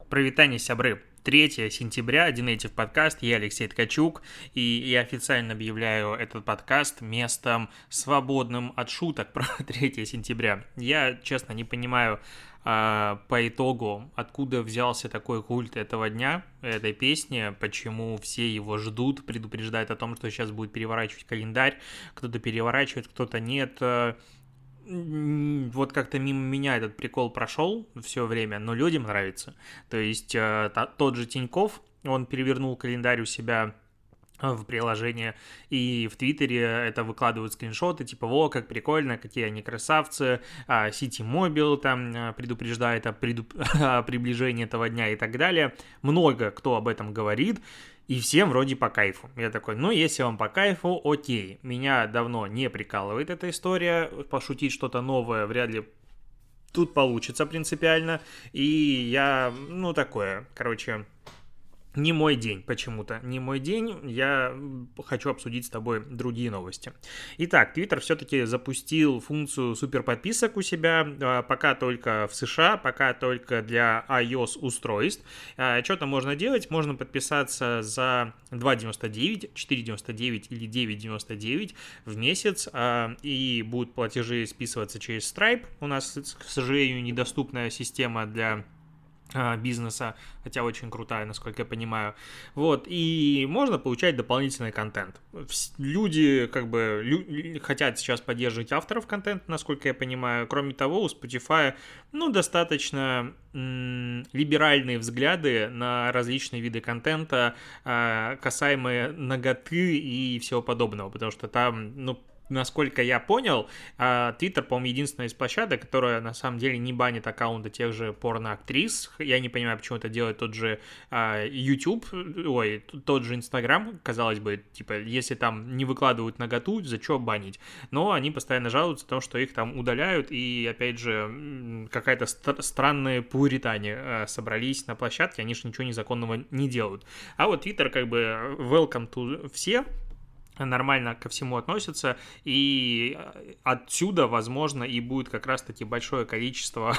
Привитание, сябры. 3 сентября, Динейтив подкаст, я Алексей Ткачук, и я официально объявляю этот подкаст местом свободным от шуток про 3 сентября. Я, честно, не понимаю по итогу, откуда взялся такой культ этого дня, этой песни, почему все его ждут, предупреждают о том, что сейчас будет переворачивать календарь, кто-то переворачивает, кто-то нет. Вот как-то мимо меня этот прикол прошел все время, но людям нравится. То есть тот же Тинькофф, он перевернул календарь у себя в приложение, и в Твиттере это выкладывают скриншоты, типа, во, как прикольно, какие они красавцы, City Mobile там предупреждает о приближении этого дня и так далее. Много кто об этом говорит, и всем вроде по кайфу. Я такой, ну, если вам по кайфу, окей. Меня давно не прикалывает эта история, пошутить что-то новое вряд ли тут получится принципиально, и я, такое, короче... Не мой день почему-то, не мой день, я хочу обсудить с тобой другие новости. Итак, Twitter все-таки запустил функцию суперподписок у себя, пока только в США, пока только для iOS устройств. Что там можно делать? Можно подписаться за $2.99, $4.99 или $9.99 в месяц, и будут платежи списываться через Stripe. У нас, к сожалению, недоступная система для бизнеса, хотя очень крутая, насколько я понимаю. Вот, и можно получать дополнительный контент. Люди хотят сейчас поддерживать авторов контента, насколько я понимаю. Кроме того, у Spotify, достаточно либеральные взгляды на различные виды контента, касаемые наготы и всего подобного, потому что там, насколько я понял, Twitter, по-моему, единственная из площадок, которая на самом деле не банит аккаунты тех же порноактрис. Я не понимаю, почему это делает тот же YouTube, тот же Instagram. Казалось бы, типа, если там не выкладывают наготу, за что банить? Но они постоянно жалуются о том, что их там удаляют, и, опять же, какая-то странные пуритане собрались на площадке, они же ничего незаконного не делают. А вот Twitter welcome to все, нормально ко всему относятся, и отсюда, возможно, и будет как раз-таки большое количество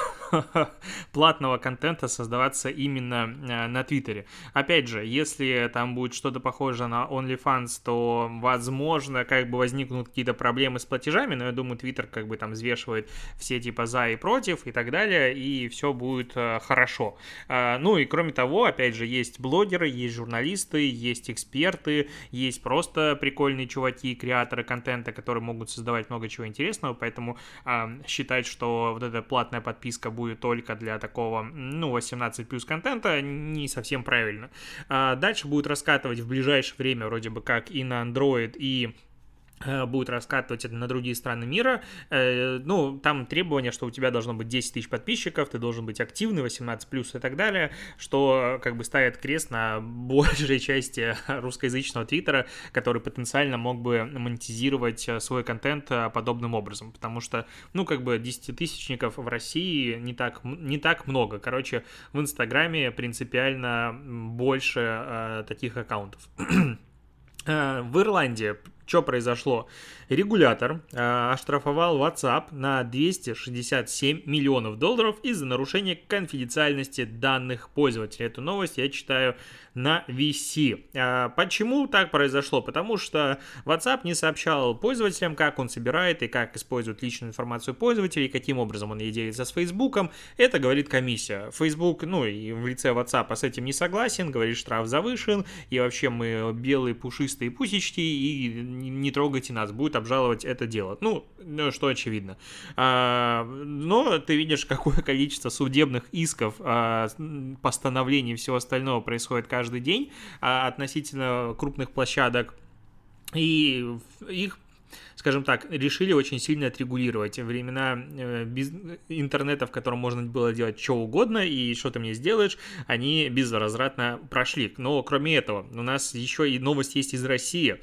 платного контента создаваться именно на Твиттере. Опять же, если там будет что-то похожее на OnlyFans, то, возможно, возникнут какие-то проблемы с платежами, но я думаю, Твиттер там взвешивает все типа за и против и так далее, и все будет хорошо. И кроме того, опять же, есть блогеры, есть журналисты, есть эксперты, есть просто прикольные чуваки, креаторы контента, которые могут создавать много чего интересного, поэтому считать, что вот эта платная подписка будет только для такого, 18+ контента, не совсем правильно. Дальше будут раскатывать в ближайшее время вроде бы как и на Android, и будет раскатывать это на другие страны мира. Там требования, что у тебя должно быть 10 тысяч подписчиков, ты должен быть активный, 18+, и так далее, что ставит крест на большей части русскоязычного Твиттера, который потенциально мог бы монетизировать свой контент подобным образом, потому что, 10-тысячников в России не так много. Короче, в Инстаграме принципиально больше таких аккаунтов. В Ирландии что произошло? Регулятор оштрафовал WhatsApp на $267 миллионов из-за нарушения конфиденциальности данных пользователей. Эту новость я читаю на VC. Почему так произошло? Потому что WhatsApp не сообщал пользователям, как он собирает и как использует личную информацию пользователей, каким образом он ей делится с Facebook. Это говорит комиссия. Facebook, и в лице WhatsApp с этим не согласен, говорит, штраф завышен, и вообще мы белые, пушистые пусечки, и не трогайте нас, будет обжаловать это дело. Что очевидно. Но ты видишь, какое количество судебных исков, постановлений и всего остального происходит каждый день относительно крупных площадок. И их, скажем так, решили очень сильно отрегулировать. Времена интернета, в котором можно было делать что угодно, и что ты мне сделаешь, они безвозвратно прошли. Но кроме этого, у нас еще и новость есть из России.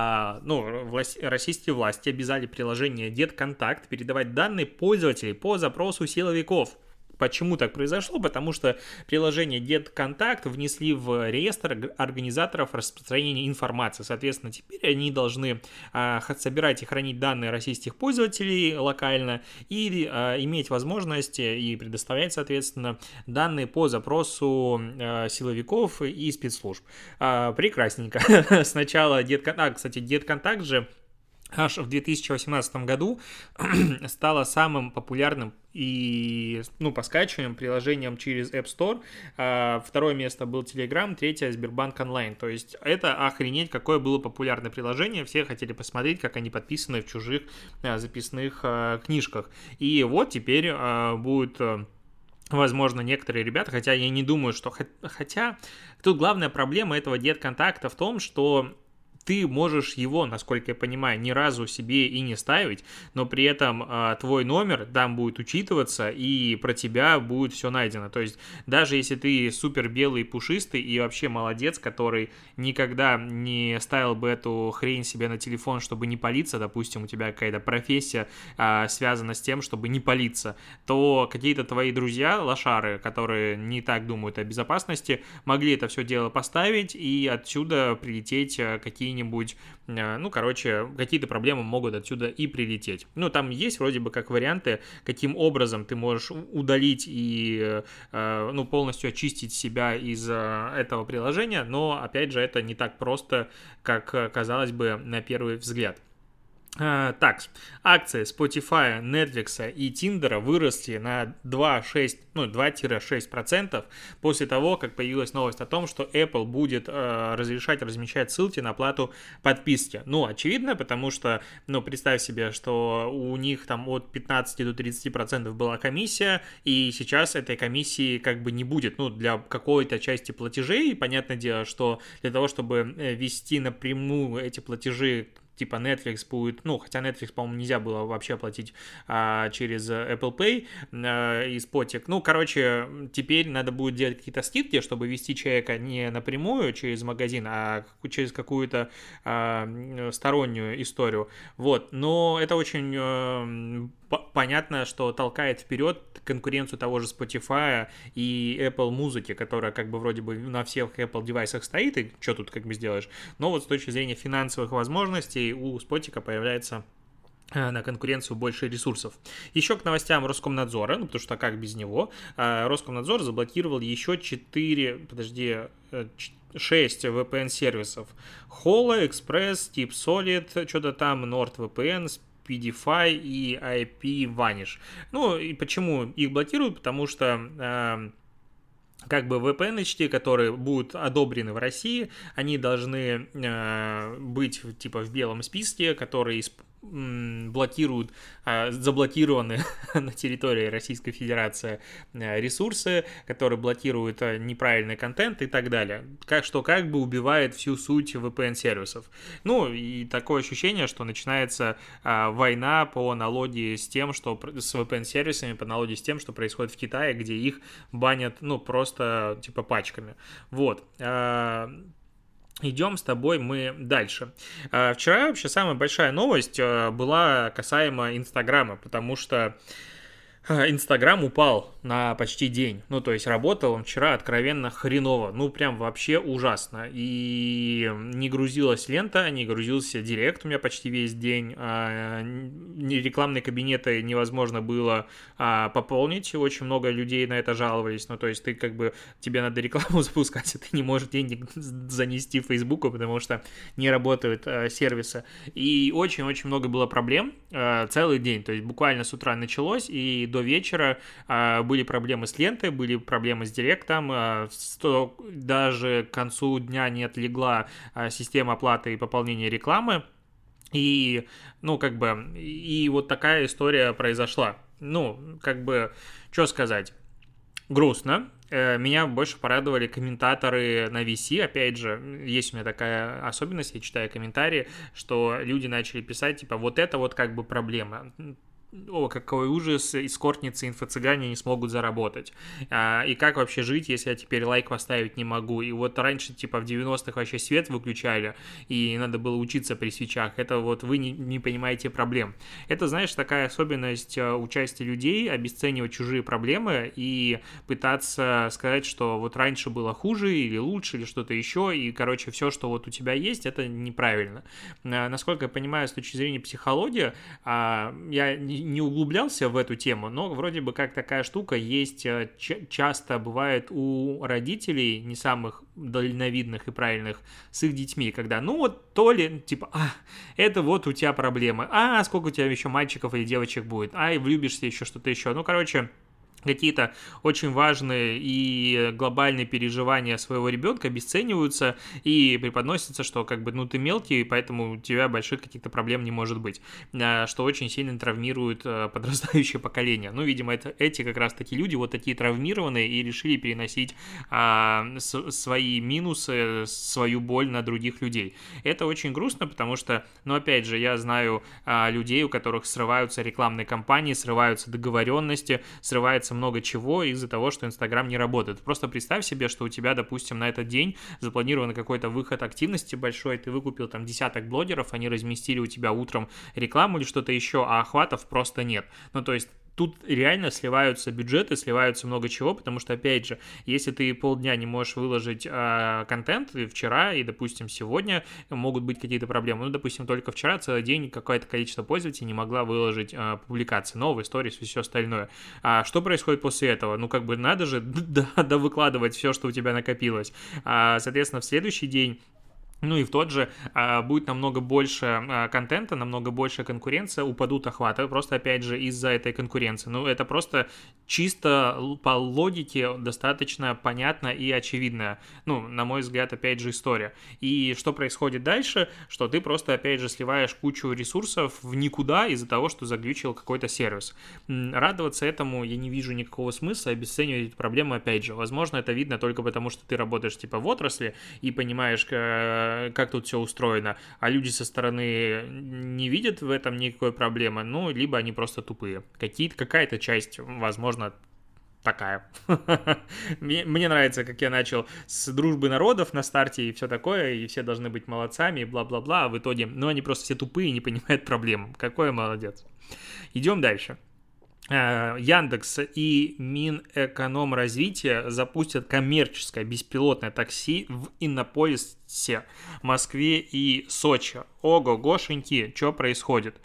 Российские власти обязали приложение DeadContact передавать данные пользователей по запросу силовиков. Почему так произошло? Потому что приложение GetContact внесли в реестр организаторов распространения информации. Соответственно, теперь они должны собирать и хранить данные российских пользователей локально и иметь возможность и предоставлять, соответственно, данные по запросу силовиков и спецслужб. Прекрасненько. Сначала кстати, GetContact же аж в 2018 году стало самым популярным и, по скачиваниям приложением через App Store. Второе место был Telegram, третье Сбербанк онлайн. То есть это охренеть какое было популярное приложение. Все хотели посмотреть, как они подписаны в чужих записных книжках. И вот теперь будут... Возможно, некоторые ребята, хотя я не думаю, что... Хотя тут главная проблема этого GetContact в том, что ты можешь его, насколько я понимаю, ни разу себе и не ставить, но при этом твой номер там будет учитываться, и про тебя будет все найдено. То есть даже если ты супер белый и пушистый и вообще молодец, который никогда не ставил бы эту хрень себе на телефон, чтобы не палиться, допустим, у тебя какая-то профессия связана с тем, чтобы не палиться, то какие-то твои друзья, лошары, которые не так думают о безопасности, могли это все дело поставить и отсюда прилететь какие-нибудь, какие-то проблемы могут отсюда и прилететь. Там есть вроде бы как варианты, каким образом ты можешь удалить и, полностью очистить себя из этого приложения, но, опять же, это не так просто, как казалось бы на первый взгляд. Так, акции Spotify, Netflix и Tinder выросли на 2-6% после того, как появилась новость о том, что Apple будет разрешать размещать ссылки на оплату подписки. Очевидно, потому что, представь себе, что у них там от 15 до 30% была комиссия, и сейчас этой комиссии как бы не будет, для какой-то части платежей. Понятное дело, что для того, чтобы вести напрямую эти платежи, типа Netflix будет, хотя Netflix, по-моему, нельзя было вообще оплатить через Apple Pay и Spotify. Теперь надо будет делать какие-то скидки, чтобы вести человека не напрямую через магазин, а через какую-то стороннюю историю. Но это очень понятно, что толкает вперед конкуренцию того же Spotify и Apple музыки, которая как бы вроде бы на всех Apple девайсах стоит, и что тут как бы сделаешь. Но с точки зрения финансовых возможностей у Spotify появляется на конкуренцию больше ресурсов. Еще к новостям Роскомнадзора, потому что как без него, Роскомнадзор заблокировал еще 6 VPN-сервисов. Holo, Express, Tip Solid, что-то там, NordVPN, Speedify и IP Vanish. И почему их блокируют? Потому что VPN-очки, которые будут одобрены в России, они должны быть типа в белом списке, которые заблокированы на территории Российской Федерации ресурсы, которые блокируют неправильный контент и так далее. Что как бы убивает всю суть VPN-сервисов. И такое ощущение, что начинается война по аналогии с тем, что с VPN-сервисами, по аналогии с тем, что происходит в Китае, где их банят, просто типа пачками. Идем с тобой мы дальше. Вчера вообще самая большая новость была касаемо Инстаграма, потому что Инстаграм упал на почти день. То есть работал он вчера откровенно хреново. Прям вообще ужасно. И не грузилась лента, не грузился директ у меня почти весь день. Рекламные кабинеты невозможно было пополнить. Очень много людей на это жаловались. То есть ты тебе надо рекламу запускать, а ты не можешь денег занести в Фейсбуку, потому что не работают сервисы. И очень-очень много было проблем целый день. То есть буквально с утра началось, и до вечера были проблемы с лентой, были проблемы с директом, даже к концу дня не отлегла система оплаты и пополнения рекламы, и, и вот такая история произошла. Что сказать? Грустно. Меня больше порадовали комментаторы на VC. Опять же, есть у меня такая особенность, я читаю комментарии, что люди начали писать, типа, вот это проблема. о, какой ужас, эскортницы, инфо-цыгане не смогут заработать. И как вообще жить, если я теперь лайк поставить не могу? И вот раньше, типа, в 90-х вообще свет выключали, и надо было учиться при свечах. Это вот вы не понимаете проблем. Это, знаешь, такая особенность участия людей, обесценивать чужие проблемы и пытаться сказать, что вот раньше было хуже или лучше, или что-то еще, и, короче, все, что вот у тебя есть, это неправильно. Насколько я понимаю, с точки зрения психологии, я не углублялся в эту тему, но вроде бы как такая штука есть, часто бывает у родителей, не самых дальновидных и правильных, с их детьми, когда, ну вот, то ли, типа, это вот у тебя проблемы, сколько у тебя еще мальчиков или девочек будет, и влюбишься, еще что-то еще, ну, короче, какие-то очень важные и глобальные переживания своего ребенка обесцениваются и преподносятся, что как бы, ну, ты мелкий, поэтому у тебя больших каких-то проблем не может быть, что очень сильно травмирует подрастающее поколение. Ну, видимо, эти как раз таки люди вот такие травмированные и решили переносить свои минусы, свою боль на других людей. Это очень грустно, потому что, ну, опять же, я знаю людей, у которых срываются рекламные кампании, срываются договоренности, срывается много чего из-за того, что Инстаграм не работает. Просто представь себе, что у тебя, допустим, на этот день запланирован какой-то выход активности большой, ты выкупил там десяток блогеров, они разместили у тебя утром рекламу или что-то еще, а охватов просто нет. Ну, то есть тут реально сливаются бюджеты, сливаются много чего, потому что, опять же, если ты полдня не можешь выложить контент, и вчера, и, допустим, сегодня могут быть какие-то проблемы. Ну, допустим, только вчера целый день какое-то количество пользователей не могла выложить публикации, новые, сторис и все остальное. Что происходит после этого? Ну, как бы надо же выкладывать все, что у тебя накопилось. Соответственно, в следующий день, ну и в тот же будет намного больше контента, намного больше конкуренция, упадут охваты, просто опять же из-за этой конкуренции. Ну это просто чисто по логике достаточно понятно и очевидно. Ну, на мой взгляд, опять же, история. И что происходит дальше? Что ты просто, опять же, сливаешь кучу ресурсов в никуда из-за того, что заглючил какой-то сервис. Радоваться этому я не вижу никакого смысла, обесценивать эту проблему, опять же. Возможно, это видно только потому, что ты работаешь типа в отрасли и понимаешь, как тут все устроено, а люди со стороны не видят в этом никакой проблемы, ну, либо они просто тупые. Какая-то часть, возможно, такая. Мне нравится, как я начал с дружбы народов на старте и все такое, и все должны быть молодцами, и бла-бла-бла, а в итоге, ну, они просто все тупые и не понимают проблем. Какой я молодец. Идем дальше. Яндекс и Минэкономразвития запустят коммерческое беспилотное такси в Иннополисе, Москве и Сочи. Ого-гошеньки, что происходит?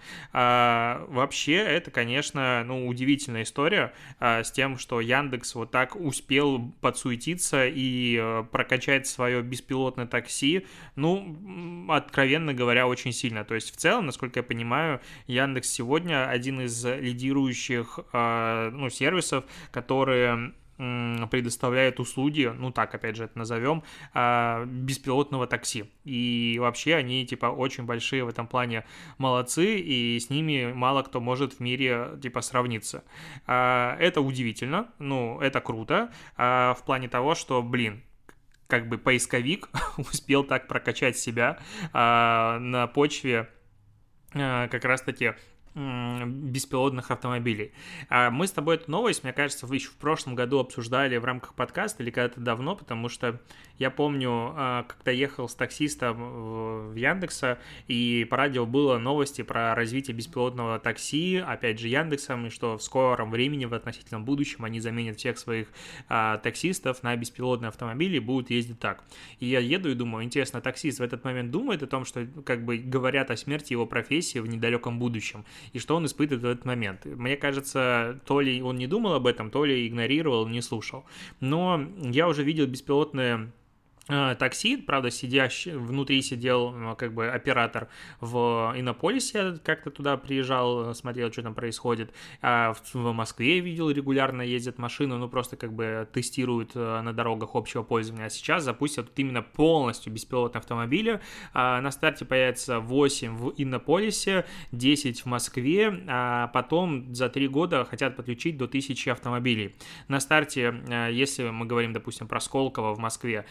Вообще, это, конечно, ну, удивительная история с тем, что Яндекс вот так успел подсуетиться и прокачать свое беспилотное такси, ну, откровенно говоря, очень сильно. То есть, в целом, насколько я понимаю, Яндекс сегодня один из лидирующих сервисов, которые предоставляют услуги, ну так, опять же, это назовем, беспилотного такси. И вообще они, типа, очень большие в этом плане молодцы, и с ними мало кто может в мире, типа, сравниться. Это удивительно, ну, это круто, в плане того, что, блин, как бы поисковик успел так прокачать себя на почве как раз-таки беспилотных автомобилей. Мы с тобой эту новость, мне кажется, еще в прошлом году обсуждали в рамках подкаста или когда-то давно, потому что я помню, когда ехал с таксистом в Яндекса, и по радио было новости про развитие беспилотного такси, опять же, Яндексом, и что в скором времени, в относительном будущем, они заменят всех своих таксистов на беспилотные автомобили и будут ездить так. И я еду и думаю, интересно, таксист в этот момент думает о том, что как бы говорят о смерти его профессии в недалеком будущем, и что он испытывает в этот момент. Мне кажется, то ли он не думал об этом, то ли игнорировал, не слушал. Но я уже видел беспилотные такси, правда, внутри сидел как бы оператор в Иннополисе, как-то туда приезжал, смотрел, что там происходит. В Москве видел, регулярно ездят машины, ну просто как бы тестируют на дорогах общего пользования. А сейчас запустят тут именно полностью беспилотные автомобили. На старте появится 8 в Иннополисе, 10 в Москве, а потом за 3 года хотят подключить до 1000 автомобилей. На старте, если мы говорим, допустим, про Сколково в Москве, то там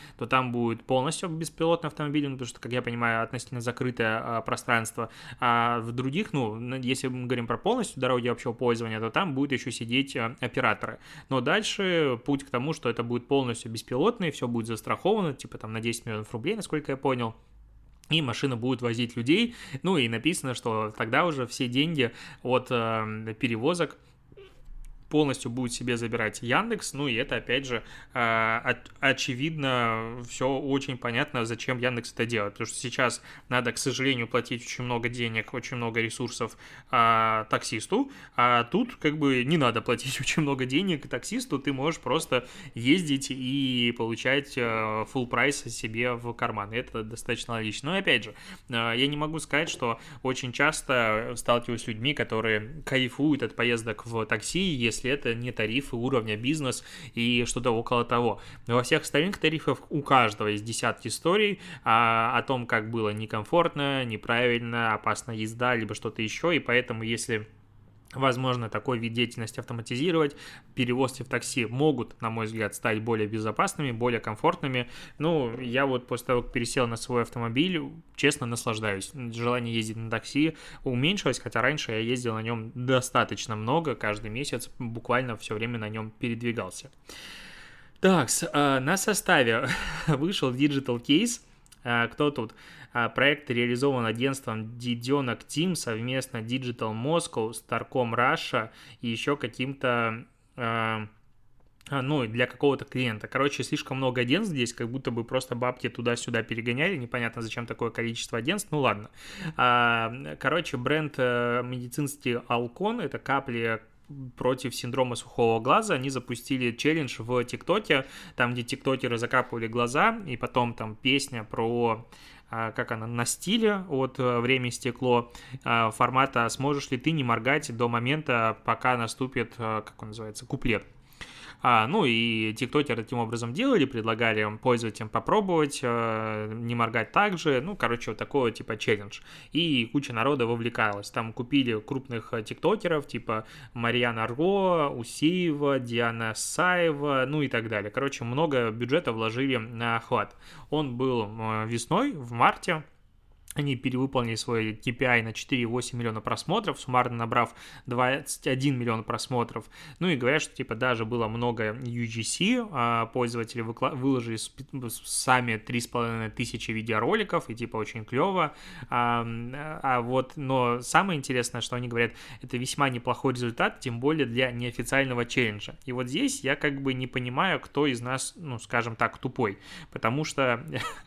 там будет полностью беспилотный автомобиль, потому что, как я понимаю, относительно закрытое пространство. А в других, если мы говорим про полностью дороги общего пользования, то там будут еще сидеть операторы. Но дальше путь к тому, что это будет полностью беспилотный, все будет застраховано, типа там на 10 миллионов рублей, насколько я понял. И машина будет возить людей. И написано, что тогда уже все деньги от перевозок полностью будет себе забирать Яндекс, и это, опять же, очевидно, все очень понятно, зачем Яндекс это делает, потому что сейчас надо, к сожалению, платить очень много денег, очень много ресурсов таксисту, а тут как бы не надо платить очень много денег таксисту, ты можешь просто ездить и получать full прайс себе в карман, и это достаточно логично. Но, опять же, я не могу сказать, что очень часто сталкиваюсь с людьми, которые кайфуют от поездок в такси, если это не тарифы уровня бизнес и что-то около того. Но во всех остальных тарифах у каждого есть десятки историй о том, как было некомфортно, неправильно, опасная езда, либо что-то еще, и поэтому, если возможно такой вид деятельности автоматизировать, перевозки в такси могут, на мой взгляд, стать более безопасными, более комфортными. Я вот после того, как пересел на свой автомобиль, честно наслаждаюсь. Желание ездить на такси уменьшилось, хотя раньше я ездил на нем достаточно много, каждый месяц буквально все время на нем передвигался. Так, на составе вышел Digital Case. Кто тут? Проект реализован агентством Диденок Team совместно Digital Moscow, Starcom Russia и еще каким-то, для какого-то клиента. Короче, слишком много агентств здесь, как будто бы просто бабки туда-сюда перегоняли, непонятно, зачем такое количество агентств, ладно. Короче, бренд медицинский Alcon, это капли против синдрома сухого глаза, они запустили челлендж в ТикТоке, там, где тиктокеры закапывали глаза, и потом там песня про как она, на стиле от «Время и стекло» формата «Сможешь ли ты не моргать до момента, пока наступит, как он называется, куплет». И тиктокеры таким образом делали, предлагали пользователям попробовать, не моргать так же, вот такой типа челлендж. И куча народа вовлекалась. Там купили крупных тиктокеров, типа Марьяна Ро, Усеева, Диана Саева, и так далее. Короче, много бюджета вложили на охват. Он был весной, в марте. Они перевыполнили свой KPI на 4,8 миллиона просмотров, суммарно набрав 21 миллион просмотров. И говорят, что даже было много UGC, пользователи выложили сами 3,5 тысячи видеороликов, и очень клево. Но самое интересное, что они говорят, это весьма неплохой результат, тем более для неофициального челленджа. И вот здесь я не понимаю, кто из нас, скажем так, тупой, потому что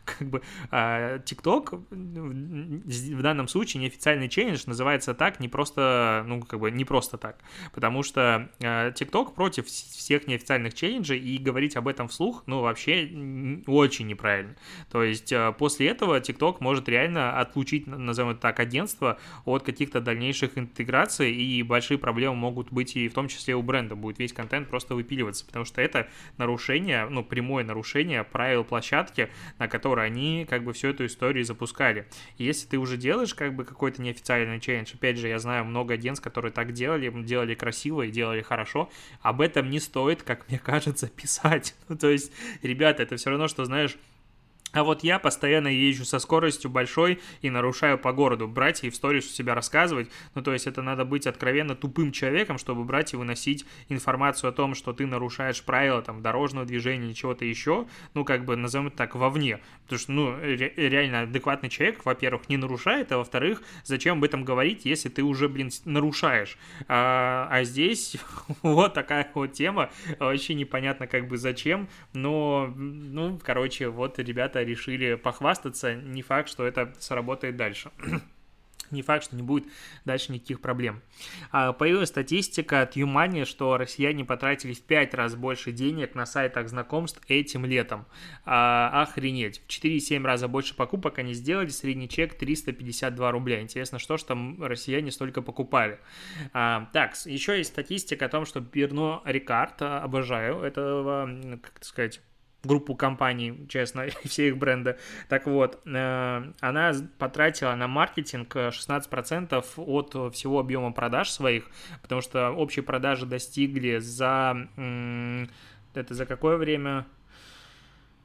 TikTok в данном случае неофициальный челлендж называется так не просто, не просто так, потому что TikTok против всех неофициальных челленджей, и говорить об этом вслух, вообще очень неправильно. То есть после этого TikTok может реально отлучить, назовем это так, агентство от каких-то дальнейших интеграций, и большие проблемы могут быть и в том числе у бренда, будет весь контент просто выпиливаться, потому что это нарушение, прямое нарушение правил площадки, на которой они всю эту историю запускали. И если ты уже делаешь какой-то неофициальный челлендж, опять же, я знаю много агентств, которые так делали красиво и делали хорошо, об этом не стоит, как мне кажется, писать. То есть, ребята, это все равно, что, знаешь, а вот я постоянно езжу со скоростью большой и нарушаю по городу. Брать и в сторис у себя рассказывать. То есть это надо быть откровенно тупым человеком, чтобы брать и выносить информацию о том, что ты нарушаешь правила дорожного движения или чего-то еще, назовем это так, вовне. Потому что, реально адекватный человек, во-первых, не нарушает, а во-вторых, зачем об этом говорить, если ты уже, нарушаешь. А здесь вот такая вот тема, вообще непонятно зачем, но, вот ребята решили похвастаться, не факт, что это сработает дальше. Не факт, что не будет дальше никаких проблем. Появилась статистика от Юмани, что россияне потратили в 5 раз больше денег на сайтах знакомств этим летом. Охренеть. В 4,7 раза больше покупок они сделали, средний чек 352 рубля. Интересно, что ж там россияне столько покупали. Так, еще есть статистика о том, что Pernod Ricard, обожаю этого, группу компаний, честно, все их бренды. Так вот, она потратила на маркетинг 16% от всего объема продаж своих, потому что общие продажи достигли за какое время?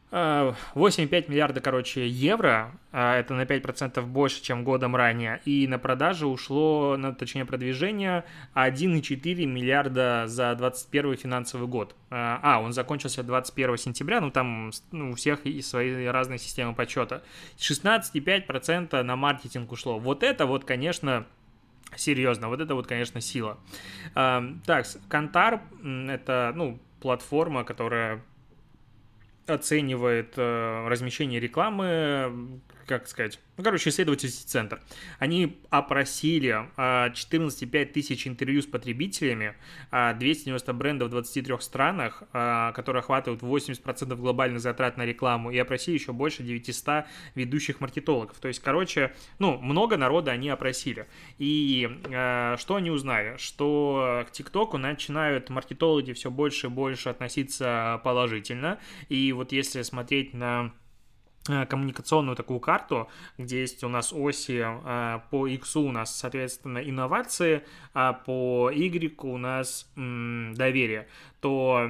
8,5 миллиарда, короче, евро, это на 5% больше, чем годом ранее, и на продажи ушло, точнее, продвижение 1,4 миллиарда за 2021 финансовый год. Он закончился 21 сентября, там у всех и свои разные системы подсчета. 16,5% на маркетинг ушло. Вот это вот, конечно, серьезно, вот это вот, конечно, сила. Так, Kantar — это, платформа, которая оценивает размещение рекламы, как сказать, исследовательский центр. Они опросили 14,5 тысяч интервью с потребителями, 290 брендов в 23 странах, которые охватывают 80% глобальных затрат на рекламу, и опросили еще больше 900 ведущих маркетологов. То есть, много народа они опросили. И что они узнали? Что к ТикТоку начинают маркетологи все больше и больше относиться положительно. И вот если смотреть на коммуникационную такую карту, где есть у нас оси, по X у нас, соответственно, инновации, а по Y у нас доверие, то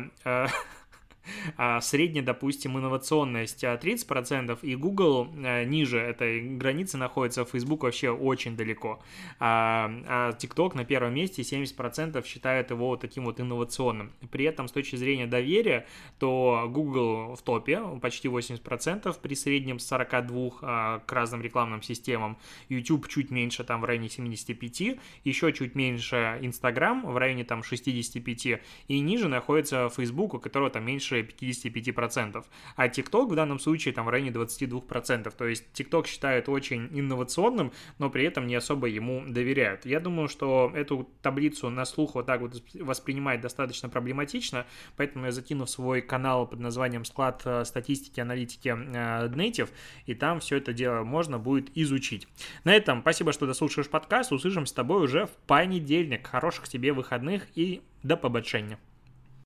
средняя, допустим, инновационность 30%, и Google ниже этой границы находится, Facebook вообще очень далеко. А TikTok на первом месте, 70% считают его таким вот инновационным. При этом, с точки зрения доверия, то Google в топе, почти 80% при среднем 42 к разным рекламным системам. YouTube чуть меньше, там в районе 75, еще чуть меньше Instagram, в районе там 65, и ниже находится Facebook, у которого там меньше 55%, а TikTok в данном случае там в районе 22%, то есть TikTok считают очень инновационным, но при этом не особо ему доверяют. Я думаю, что эту таблицу на слух вот так вот воспринимать достаточно проблематично, поэтому я закину в свой канал под названием «Склад статистики, аналитики Native», и там все это дело можно будет изучить. На этом спасибо, что дослушаешь подкаст, услышимся с тобой уже в понедельник. Хороших тебе выходных и до побачення.